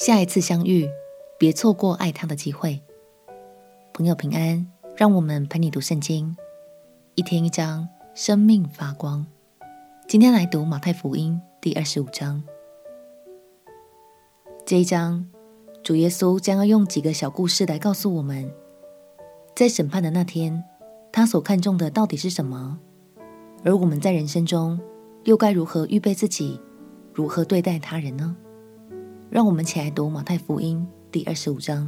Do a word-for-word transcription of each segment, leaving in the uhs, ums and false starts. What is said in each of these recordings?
下一次相遇，别错过爱他的机会。朋友平安，让我们陪你读圣经，一天一章，生命发光。今天来读马太福音第二十五章。这一章，主耶稣将要用几个小故事来告诉我们，在审判的那天，他所看重的到底是什么？而我们在人生中又该如何预备自己，如何对待他人呢？让我们一起来读马太福音第二十五章。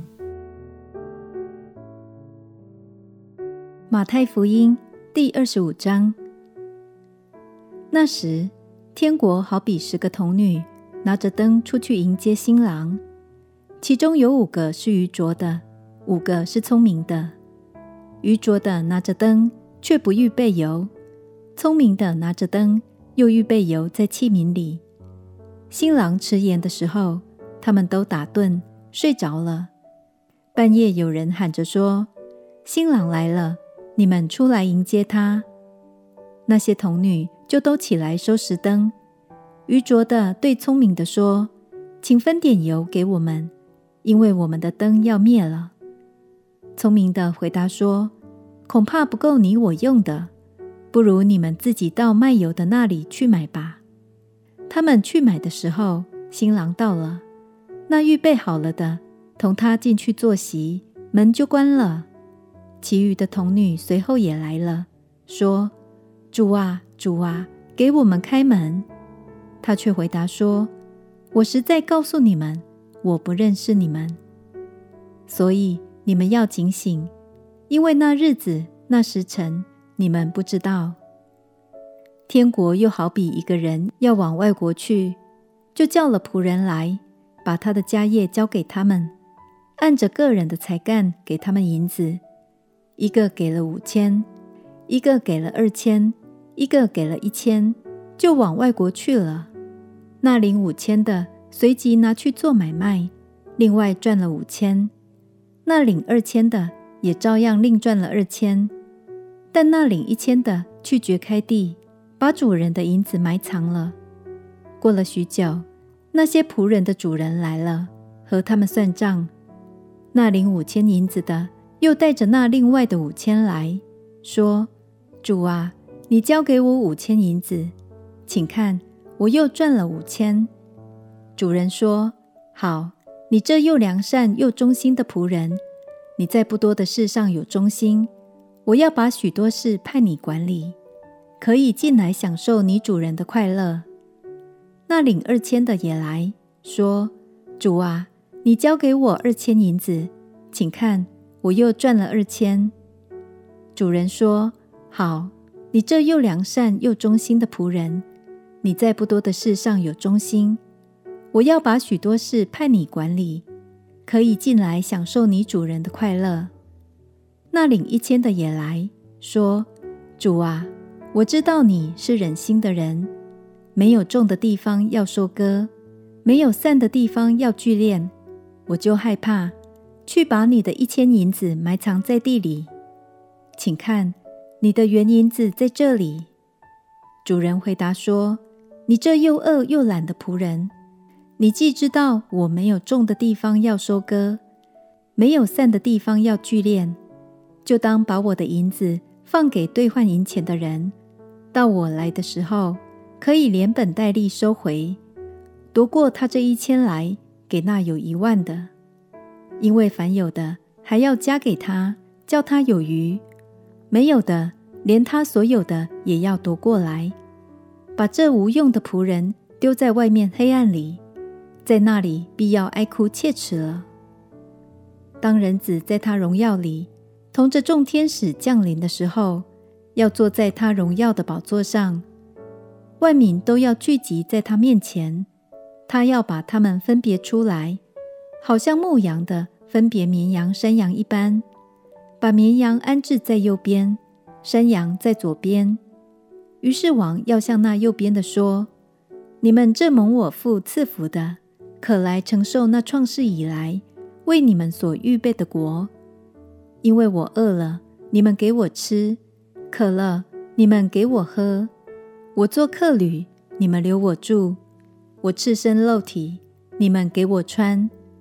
马太福音第二十五章。那时，天国好比十个童女拿着灯出去迎接新郎，其中有五个是愚拙的，五个是聪明的。愚拙的拿着灯，却不预备油；聪明的拿着灯，又预备油在器皿里。新郎迟延的时候，他们都打盹睡着了。半夜有人喊着说：“新郎来了，你们出来迎接他。”那些童女就都起来收拾灯。愚拙的对聪明的说：“请分点油给我们，因为我们的灯要灭了。”聪明的回答说：“恐怕不够你我用的，不如你们自己到卖油的那里去买吧。”他们去买的时候，新郎到了，那预备好了的同他进去坐席，门就关了。其余的童女随后也来了，说：“主啊，主啊，给我们开门。”他却回答说：“我实在告诉你们，我不认识你们。所以你们要警醒，因为那日子、那时辰，你们不知道。天国又好比一个人要往外国去，就叫了仆人来，把他的家业交给他们，按着个人的才干给他们银子，一个给了五千，一个给了二千，一个给了一千，就往外国去了。那领五千的随即拿去做买卖，另外赚了五千。那领二千的也照样另赚了二千。但那领一千的去掘开地，把主人的银子埋藏了。过了许久，那些仆人的主人来了，和他们算账。那领五千银子的又带着那另外的五千来，说：“主啊，你交给我五千银子，请看，我又赚了五千。”主人说：“好，你这又良善又忠心的仆人，你在不多的事上有忠心，我要把许多事派你管理，可以进来享受你主人的快乐。”那领二千的也来说：“主啊，你交给我二千银子，请看，我又赚了二千。”主人说：“好，你这又良善又忠心的仆人，你在不多的事上有忠心，我要把许多事派你管理，可以进来享受你主人的快乐。”那领一千的也来说：“主啊，我知道你是忍心的人，没有种的地方要收割，没有散的地方要聚敛，我就害怕，去把你的一千银子埋藏在地里。请看，你的原银子在这里。”主人回答说：“你这又恶又懒的仆人，你既知道我没有种的地方要收割，没有散的地方要聚敛，就当把我的银子放给兑换银钱的人，到我来的时候，可以连本带利收回，夺过他这一千来，给那有一万的。因为凡有的还要加给他，叫他有余；没有的，连他所有的也要夺过来。把这无用的仆人丢在外面黑暗里，在那里必要哀哭切齿了。当人子在他荣耀里，同着众天使降临的时候，要坐在他荣耀的宝座上，万民都要聚集在他面前，他要把他们分别出来，好像牧羊的分别绵羊山羊一般，把绵羊安置在右边，山羊在左边。于是王要向那右边的说：“你们这蒙我父赐福的，可来承受那创世以来为你们所预备的国。因为我饿了，你们给我吃；渴了，你们给我喝；我做客旅，你们留我住；我赤身露体，你们给我穿；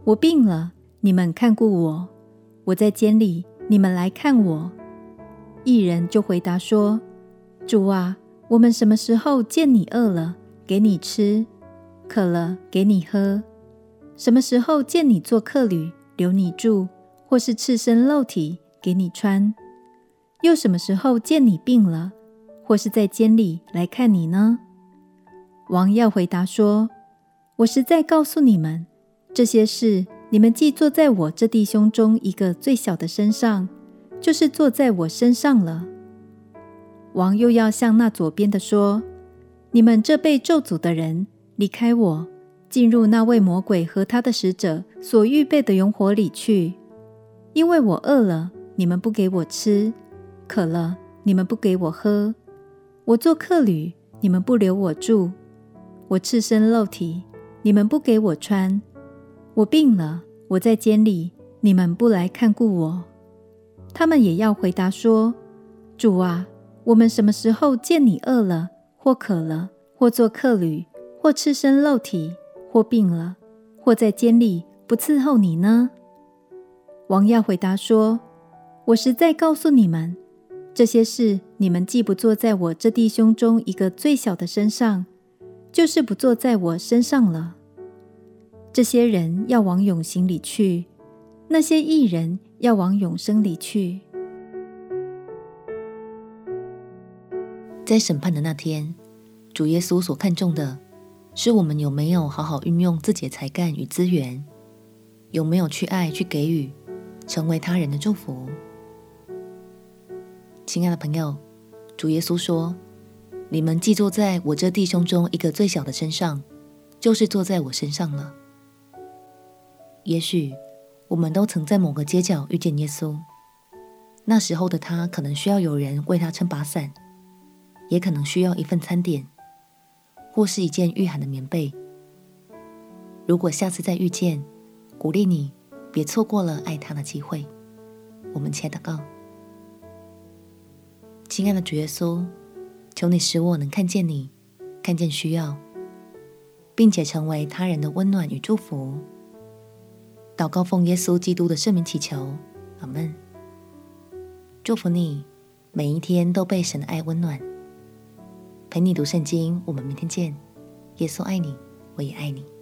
我病了，你们看顾我；我在监里，你们来看我。义人就回答说：主啊，我们什么时候见你饿了，给你吃；渴了，给你喝？什么时候见你做客旅，留你住，或是赤身露体，给你穿？又什么时候见你病了，或是在监里来看你呢？王要回答说：我实在告诉你们，这些事你们既做在我这弟兄中一个最小的身上，就是做在我身上了。王又要向那左边的说：你们这被咒诅的人，离开我，进入那位魔鬼和他的使者所预备的永火里去。因为我饿了，你们不给我吃；渴了，你们不给我喝；我做客旅，你们不留我住；我赤身露体，你们不给我穿；我病了，我在监里，你们不来看顾我。他们也要回答说：主啊，我们什么时候见你饿了，或渴了，或做客旅，或赤身露体，或病了，或在监里，不伺候你呢？王要回答说：我实在告诉你们，这些事你们既不做在我这弟兄中一个最小的身上，就是不做在我身上了。这些人要往永刑里去，那些义人要往永生里去。 在审判的那天，主耶稣所看重的是我们有没有好好运用自己的才干与资源，有没有去爱去给予，成为他人的祝福。亲爱的朋友，主耶稣说：你们既坐在我这弟兄中一个最小的身上，就是坐在我身上了。也许我们都曾在某个街角遇见耶稣，那时候的他可能需要有人为他撑把伞，也可能需要一份餐点，或是一件御寒的棉被。如果下次再遇见，鼓励你别错过了爱他的机会。我们且祷告。亲爱的主耶稣，求你使我能看见你，看见需要，并且成为他人的温暖与祝福。祷告奉耶稣基督的圣名祈求，阿们。祝福你每一天都被神的爱温暖。陪你读圣经，我们明天见。耶稣爱你，我也爱你。